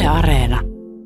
Yle Areena.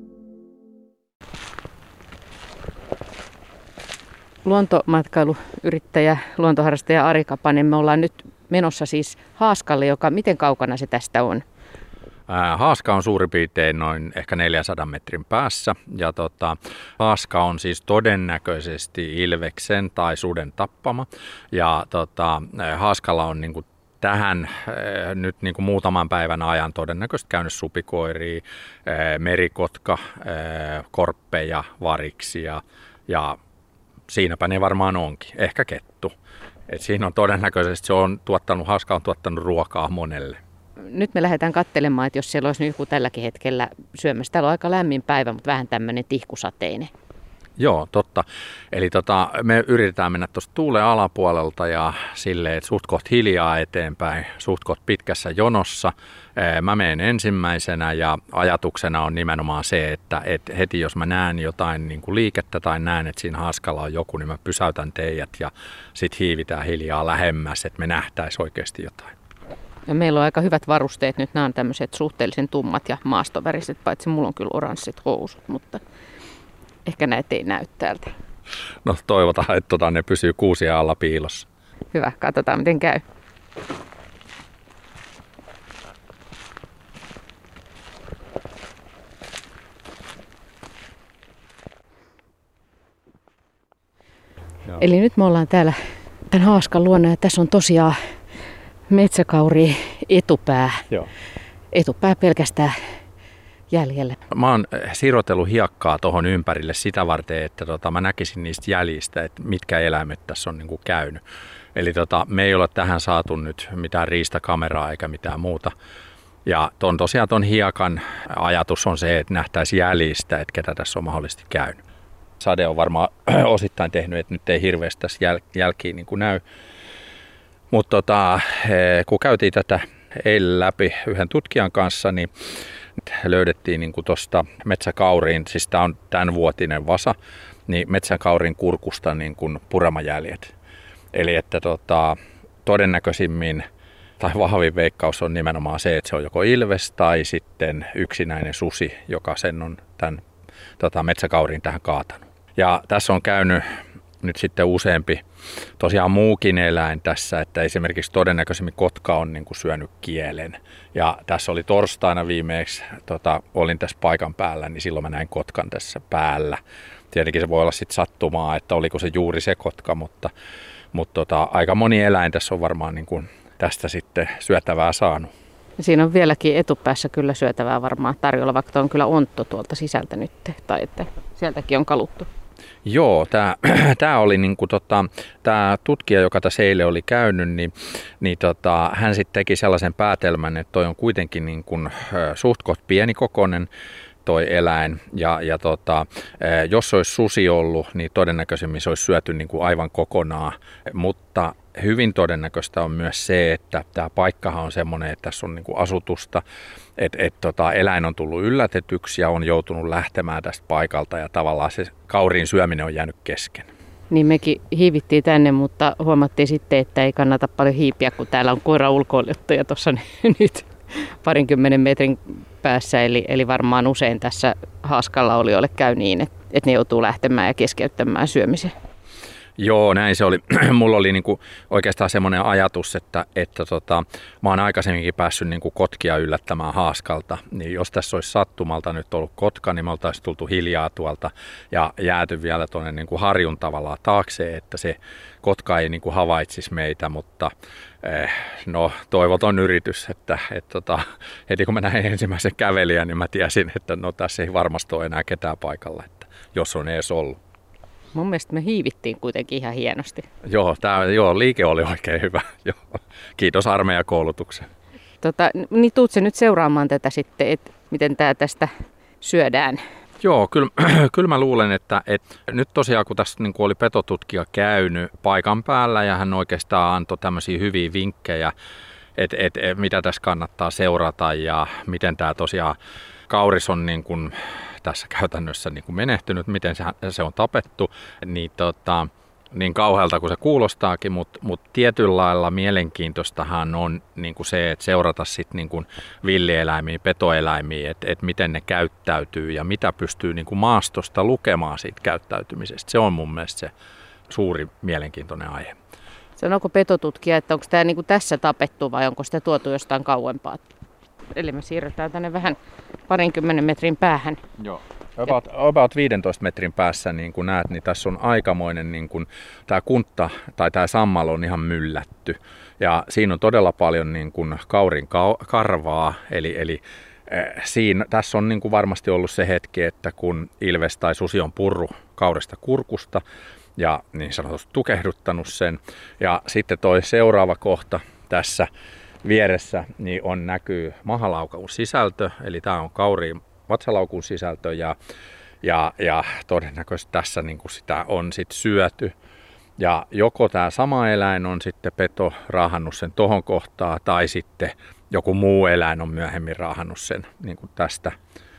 Luontomatkailuyrittäjä, luontoharrastaja Ari Kapanen, me ollaan nyt menossa siis Haaskalle, miten kaukana se tästä on? Haaska on suurin piirtein noin ehkä 400 metrin päässä ja haaska on siis todennäköisesti ilveksen tai suden tappama ja haaskalla on niinku tähän nyt niinku muutaman päivän ajan todennäköisesti käynyt supikoiria, merikotka, korppeja, variksia ja siinäpä ne varmaan onkin, ehkä kettu. Et siinä on todennäköisesti haaska on tuottanut ruokaa monelle. Nyt me lähdetään katselemaan, että jos siellä olisi nyt joku tälläkin hetkellä syömässä. Täällä on aika lämmin päivä, mutta vähän tämmöinen tihkusateinen. Joo, totta. Eli me yritetään mennä tuosta tuulen alapuolelta ja silleen, että suht koht hiljaa eteenpäin, suht koht pitkässä jonossa. Mä menen ensimmäisenä ja ajatuksena on nimenomaan se, että heti jos mä näen jotain niin kuin liikettä tai näen, että siinä haaskalla on joku, niin mä pysäytän teidät ja sit hiivitään hiljaa lähemmäs, että me nähtäisi oikeasti jotain. Ja meillä on aika hyvät varusteet nyt, nämä on tämmöiset suhteellisen tummat ja maastoväriset, paitsi mulla on kyllä oranssit housut, mutta ehkä näitä ei näy täältä. No toivotaan, että ne pysyy kuusien alla piilossa. Hyvä, katsotaan miten käy. Joo. Eli nyt me ollaan täällä tämän haaskan luona ja tässä on tosiaan metsäkauri etupää. Joo. Etupää pelkästään jäljellä. Mä oon sirotellut hiekkaa tuohon ympärille sitä varten, että mä näkisin niistä jäljistä, että mitkä eläimet tässä on niinku käynyt. Eli me ei ole tähän saatu nyt mitään riistakameraa eikä mitään muuta. Ja tosiaan ton hiekan ajatus on se, että nähtäisiin jäljistä, että ketä tässä on mahdollisesti käynyt. Sade on varmaan osittain tehnyt, että nyt ei hirveästi tässä jälkiä niin kuin näy. Mutta kun käytiin tätä eilen läpi yhden tutkijan kanssa, niin löydettiin niin tuosta metsäkauriin, siis tämä on tämänvuotinen vasa, niin metsäkaurin kurkusta niin kuin puramajäljet. Eli että todennäköisimmin tai vahvin veikkaus on nimenomaan se, että se on joko ilves tai sitten yksinäinen susi, joka sen on tämän metsäkauriin tähän kaatanut. Ja tässä on käynyt nyt sitten useampi tosiaan muukin eläin tässä, että esimerkiksi todennäköisemmin kotka on niin kuin syönyt kielen. Ja tässä oli torstaina viimeksi, olin tässä paikan päällä, niin silloin mä näin kotkan tässä päällä. Tietenkin se voi olla sitten sattumaa, että oliko se juuri se kotka, mutta aika moni eläin tässä on varmaan niin kuin tästä sitten syötävää saanut. Siinä on vieläkin etupäässä kyllä syötävää varmaan tarjolla, vaikka on kyllä ontto tuolta sisältä nyt, tai että sieltäkin on kaluttu. Joo, tämä oli niinku tämä tutkija, joka tässä eilen oli käynyt, niin hän sitten teki sellaisen päätelmän, että toi on kuitenkin niin kuin suht koht pienikokoinen toi eläin ja jos se olisi susi ollut, niin todennäköisemmin se olisi syöty niin kuin aivan kokonaan, mutta hyvin todennäköistä on myös se, että tämä paikkahan on semmoinen, että tässä on niin kuin asutusta, että eläin on tullut yllätetyksi ja on joutunut lähtemään tästä paikalta ja tavallaan se kauriin syöminen on jäänyt kesken. Niin mekin hiivittiin tänne, mutta huomattiin sitten, että ei kannata paljon hiipiä, kun täällä on koira ulkoiluttaja tuossa nyt 20 metrin päässä, eli varmaan usein tässä haaskalla olijoille käy niin, että ne joutuu lähtemään ja keskeyttämään syömisen. Joo, näin se oli. Mulla oli niinku oikeastaan semmoinen ajatus, että mä oon aikaisemminkin päässyt niinku kotkia yllättämään haaskalta. Niin jos tässä olisi sattumalta nyt ollut kotka, niin me oltaisiin tultu hiljaa tuolta ja jääty vielä tuonne niinku harjun tavallaan taakse, että se kotka ei niinku havaitsisi meitä, mutta toivoton yritys, että heti kun mä näin ensimmäisen kävelijän, niin mä tiesin, että tässä ei varmasti ole enää ketään paikalla, että jos on edes ollut. Mun mielestä me hiivittiin kuitenkin ihan hienosti. Joo, liike oli oikein hyvä. Joo. Kiitos armeijakoulutuksen. Niin tuut se nyt seuraamaan tätä sitten, että miten tämä tästä syödään? Joo, kyllä mä luulen, että nyt tosiaan kun tässä niin oli petotutkija käynyt paikan päällä ja hän oikeastaan antoi tämmöisiä hyviä vinkkejä, että mitä tässä kannattaa seurata ja miten tämä tosiaan kauris on niin kuin tässä käytännössä niin kuin menehtynyt, miten se on tapettu, niin niin kauhealta kuin se kuulostaakin, mutta tietyllä lailla mielenkiintoistahan on niin kuin se, että seurata sit niin kuin villieläimiä, petoeläimiä, että miten ne käyttäytyy ja mitä pystyy niin kuin maastosta lukemaan siitä käyttäytymisestä. Se on mun mielestä se suuri mielenkiintoinen aihe. Sanooko petotutkija, että onko tämä niin kuin tässä tapettu vai onko sitä tuotu jostain kauempaa? Eli me siirrytään tänne vähän 20 metrin päähän. Joo. About 15 metrin päässä, niin kuin näet, niin tässä on aikamoinen, niin kuin, tämä kuntta tai tämä sammalo on ihan myllätty. Ja siinä on todella paljon niin kuin kaurin karvaa, eli tässä on niin kuin varmasti ollut se hetki, että kun ilves tai susi on purru kauresta kurkusta ja niin sanotusti tukehduttanut sen. Ja sitten toi seuraava kohta tässä vieressä niin näkyy mahalaukaun sisältö, eli tämä on kauriin vatsalaukun sisältö ja todennäköisesti tässä niin kuin sitä on sit syöty. Ja joko tämä sama eläin on sitten peto raahannut sen tohon kohtaan tai sitten joku muu eläin on myöhemmin raahannut sen niin kuin tästä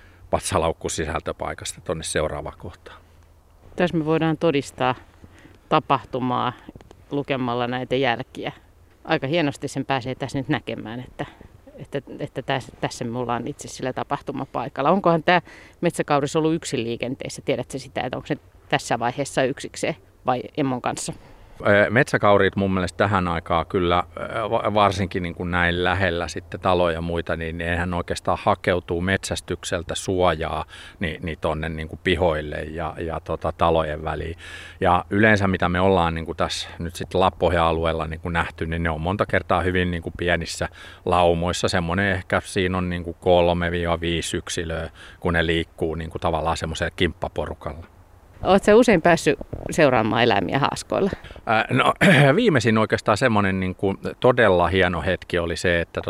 vatsalaukkusisältöpaikasta tuonne seuraavaan kohtaan. Tässä me voidaan todistaa tapahtumaa lukemalla näitä jälkiä. Aika hienosti sen pääsee tässä nyt näkemään, että tässä me ollaan itse sillä tapahtumapaikalla. Onkohan tämä metsäkauris ollut yksin liikenteessä? Tiedätkö sitä, että onko se tässä vaiheessa yksikseen vai emmon kanssa? Metsäkauriit mun mielestä tähän aikaan kyllä, varsinkin niin kuin näin lähellä sitten taloja ja muita, niin eihän oikeastaan hakeutuu metsästykseltä suojaa niin tonne niin kuin pihoille ja talojen väliin. Ja yleensä mitä me ollaan niin kuin tässä nyt sitten Lappohja-alueella niin kuin nähty, niin ne on monta kertaa hyvin niin kuin pienissä laumoissa. Semmoinen ehkä siinä on niin kuin 3-5 yksilöä, kun ne liikkuu niin kuin tavallaan semmoisella kimppaporukalla. Oletko usein päässyt seuraamaan eläimiä haaskoilla? No viimeisin oikeastaan semmoinen niin kuin todella hieno hetki oli se, että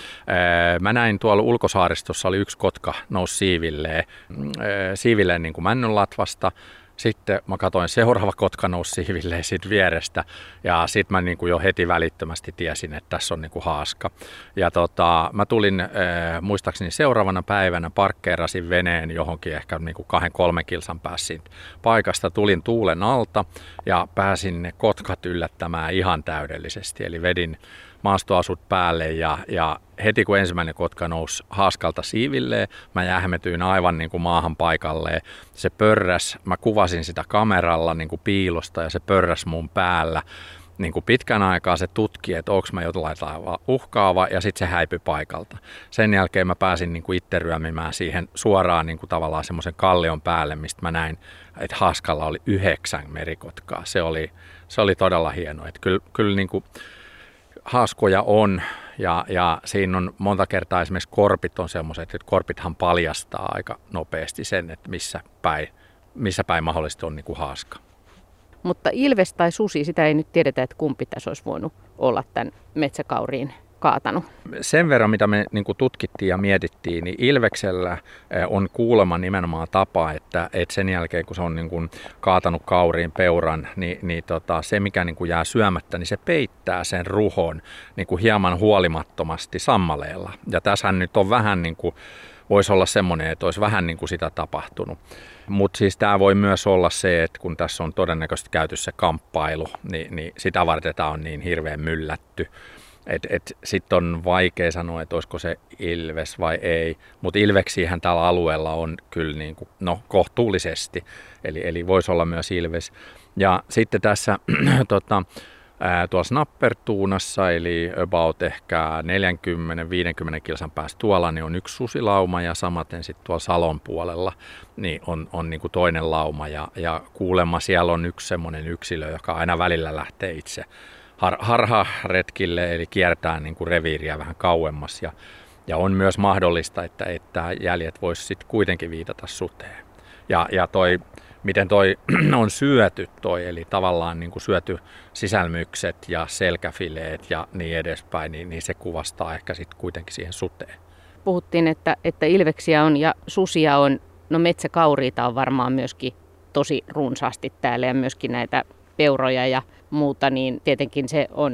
mä näin tuolla Ulkosaaristossa oli yksi kotka nousi siivilleen niin kuin männynlatvasta. Sitten mä katsoin seuraava kotka nousi siivilleen siitä vierestä ja sitten mä niin kuin jo heti välittömästi tiesin, että tässä on niin kuin haaska. Ja mä tulin muistaakseni seuraavana päivänä parkkeerasin veneen johonkin ehkä niin kuin 2-3 kilsan päässä siitä paikasta. Tulin tuulen alta ja pääsin ne kotkat yllättämään ihan täydellisesti. Eli vedin maastoasut päälle ja heti kun ensimmäinen kotka nousi haaskalta siivilleen, mä jähmetyin aivan niin kuin maahan paikalleen. Se pörräs, mä kuvasin sitä kameralla niin kuin piilosta ja se pörräs mun päällä. Niin kuin pitkän aikaa se tutki, että onko mä jotain uhkaava ja sitten se häipyi paikalta. Sen jälkeen mä pääsin niin kuin itse ryömimään siihen suoraan niin kuin tavallaan semmoisen kallion päälle, mistä mä näin, että haaskalla oli 9 merikotkaa. Se oli todella hienoa. Että kyllä niin kuin haaskoja on ja siinä on monta kertaa esimerkiksi korpit on semmoiset, että korpithan paljastaa aika nopeasti sen, että missä päin mahdollisesti on niin kuin haaska. Mutta ilves tai susi, sitä ei nyt tiedetä, että kumpi tässä olisi voinut olla tämän metsäkauriin kaatanut. Sen verran, mitä me niin kuin tutkittiin ja mietittiin, niin ilveksellä on kuulemma nimenomaan tapa, että sen jälkeen kun se on niin kuin kaatanut kauriin peuran, niin se mikä niin kuin jää syömättä, niin se peittää sen ruhon niin kuin hieman huolimattomasti sammaleella. Ja tässähän nyt on vähän niin kuin, voisi olla semmoinen, että olisi vähän niin kuin sitä tapahtunut. Mutta siis tämä voi myös olla se, että kun tässä on todennäköisesti käyty se kamppailu, niin sitä varten tämä on niin hirveän myllätty. Sitten on vaikea sanoa, että olisiko se ilves vai ei, mutta ilveksiähän tällä alueella on kyllä niin kuin, kohtuullisesti, eli voisi olla myös ilves. Ja sitten tässä tuolla Snappertuunassa, eli about ehkä 40-50 kilsan päästä tuolla, niin on yksi susilauma ja samaten sitten tuolla Salon puolella niin on niin kuin toinen lauma ja kuulemma siellä on yksi semmoinen yksilö, joka aina välillä lähtee itse harharetkille, eli kiertää niin kuin reviiriä vähän kauemmas ja on myös mahdollista, että jäljet voisi sitten kuitenkin viitata suteen. Ja miten toi on syöty eli tavallaan niin kuin syöty sisälmykset ja selkäfileet ja niin edespäin, niin se kuvastaa ehkä sitten kuitenkin siihen suteen. Puhuttiin, että ilveksiä on ja susia on, no metsäkauriita on varmaan myöskin tosi runsaasti täällä ja myöskin näitä peuroja ja muuta, niin tietenkin se on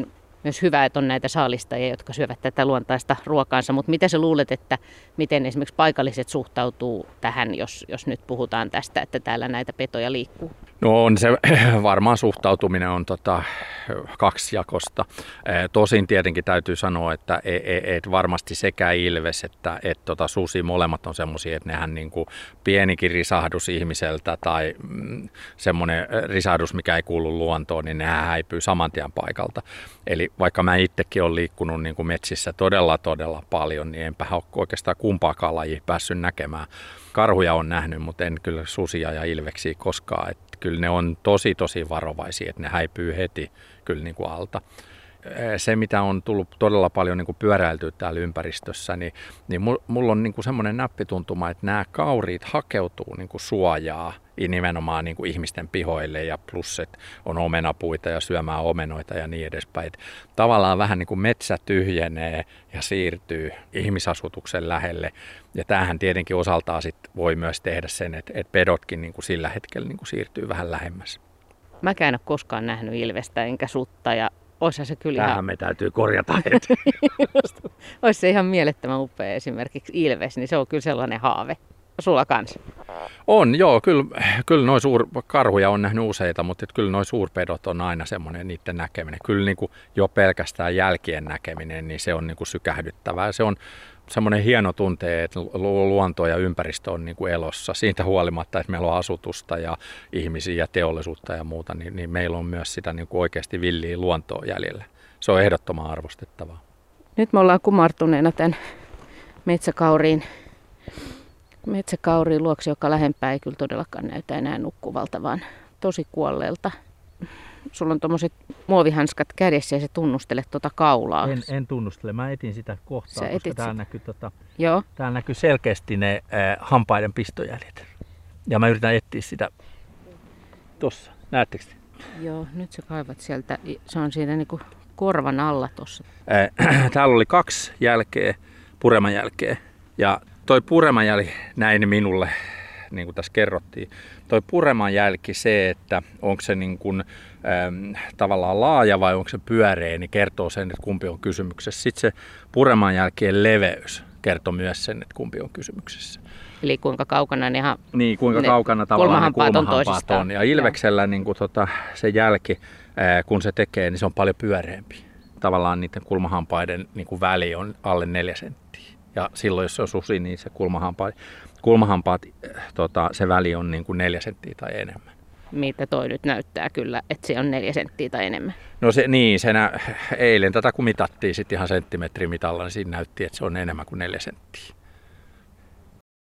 myös hyvä, että on näitä saalistajia, jotka syövät tätä luontaista ruokaansa. Mutta mitä sä luulet, että miten esimerkiksi paikalliset suhtautuu tähän, jos nyt puhutaan tästä, että täällä näitä petoja liikkuu? No on se varmaan suhtautuminen on kaksijakosta. Tosin tietenkin täytyy sanoa, että et varmasti sekä ilves että susi molemmat on semmoisia, että nehän niin kuin pienikin risahdus ihmiseltä tai semmoinen risahdus, mikä ei kuulu luontoon, niin nehän häipyy saman tien paikalta. Eli vaikka mä itsekin olen liikkunut niin kuin metsissä todella paljon, niin enpä ole oikeastaan kumpaakaan lajia päässyt näkemään. Karhuja on nähnyt, mutta en kyllä susia ja ilveksiä koskaan. Että kyllä ne on tosi varovaisia, että ne häipyy heti kyllä niin kuin alta. Se, mitä on tullut todella paljon niin kuin pyöräiltyä täällä ympäristössä, niin mulla on niin kuin semmoinen näppituntuma, että nämä kauriit hakeutuu niin kuin suojaa nimenomaan niin kuin ihmisten pihoille ja plus, että on omenapuita ja syömään omenoita ja niin edespäin. Että tavallaan vähän niin kuin metsä tyhjenee ja siirtyy ihmisasutuksen lähelle. Ja tämähän tietenkin osaltaan sit voi myös tehdä sen, että pedotkin niin kuin sillä hetkellä niin kuin siirtyy vähän lähemmäs. Mäkään en ole koskaan nähnyt ilvestä enkä sutta ja olisihan se kyllä tähän me täytyy korjata heti. Olisi se ihan mielettömän upea esimerkiksi ilves, niin se on kyllä sellainen haave. Sulla kanssa? On, joo. Kyllä noi karhuja on nähnyt useita, mutta kyllä noi suurpedot on aina semmoinen niiden näkeminen. Kyllä niin kuin jo pelkästään jälkien näkeminen, niin se on niin kuin sykähdyttävää. Se on semmoinen hieno tunte, että luonto ja ympäristö on niin kuin elossa. Siitä huolimatta, että meillä on asutusta ja ihmisiä ja teollisuutta ja muuta, niin meillä on myös sitä niin kuin oikeasti villiä luontoa jäljellä. Se on ehdottoman arvostettavaa. Nyt me ollaan kumartuneena tämän metsäkauriin luokse, joka lähempää ei kyllä todellakaan näytä enää nukkuvalta, vaan tosi kuolleelta. Sulla on tuommoiset muovihanskat kädessä ja se tunnustelet tuota kaulaa. En tunnustele. Mä etin sitä kohtaa, koska täällä näkyy selkeästi ne hampaiden pistojäljet. Ja mä yritän etsiä sitä tossa. Näettekö te? Joo, nyt sä kaivat sieltä. Se on siinä niinku korvan alla tossa. Täällä oli 2 jälkeä, puremanjälkeä. Ja toi puremanjälki näin minulle, niin kuin tässä kerrottiin, toi puremanjälki se, että onko se niin kuin, tavallaan laaja vai onko se pyöreä, niin kertoo sen, että kumpi on kysymyksessä. Sitten se puremanjälkien leveys kertoo myös sen, että kumpi on kysymyksessä. Eli kuinka kaukana Niin, kuinka kaukana tavallaan kulmahampaat on toisistaan. Ja ilveksellä niin kuin, se jälki, kun se tekee, niin se on paljon pyöreämpi. Tavallaan niiden kulmahampaiden niin kuin väli on alle 4 senttiä. Ja silloin, jos se on susi, niin se kulmahampaat se väli on niin kuin 4 senttiä tai enemmän. Mitä toi nyt näyttää kyllä, että se on 4 senttiä tai enemmän. No eilen tätä kun mitattiin sitten ihan senttimetrimitalla, niin siinä näytti, että se on enemmän kuin 4 senttiä.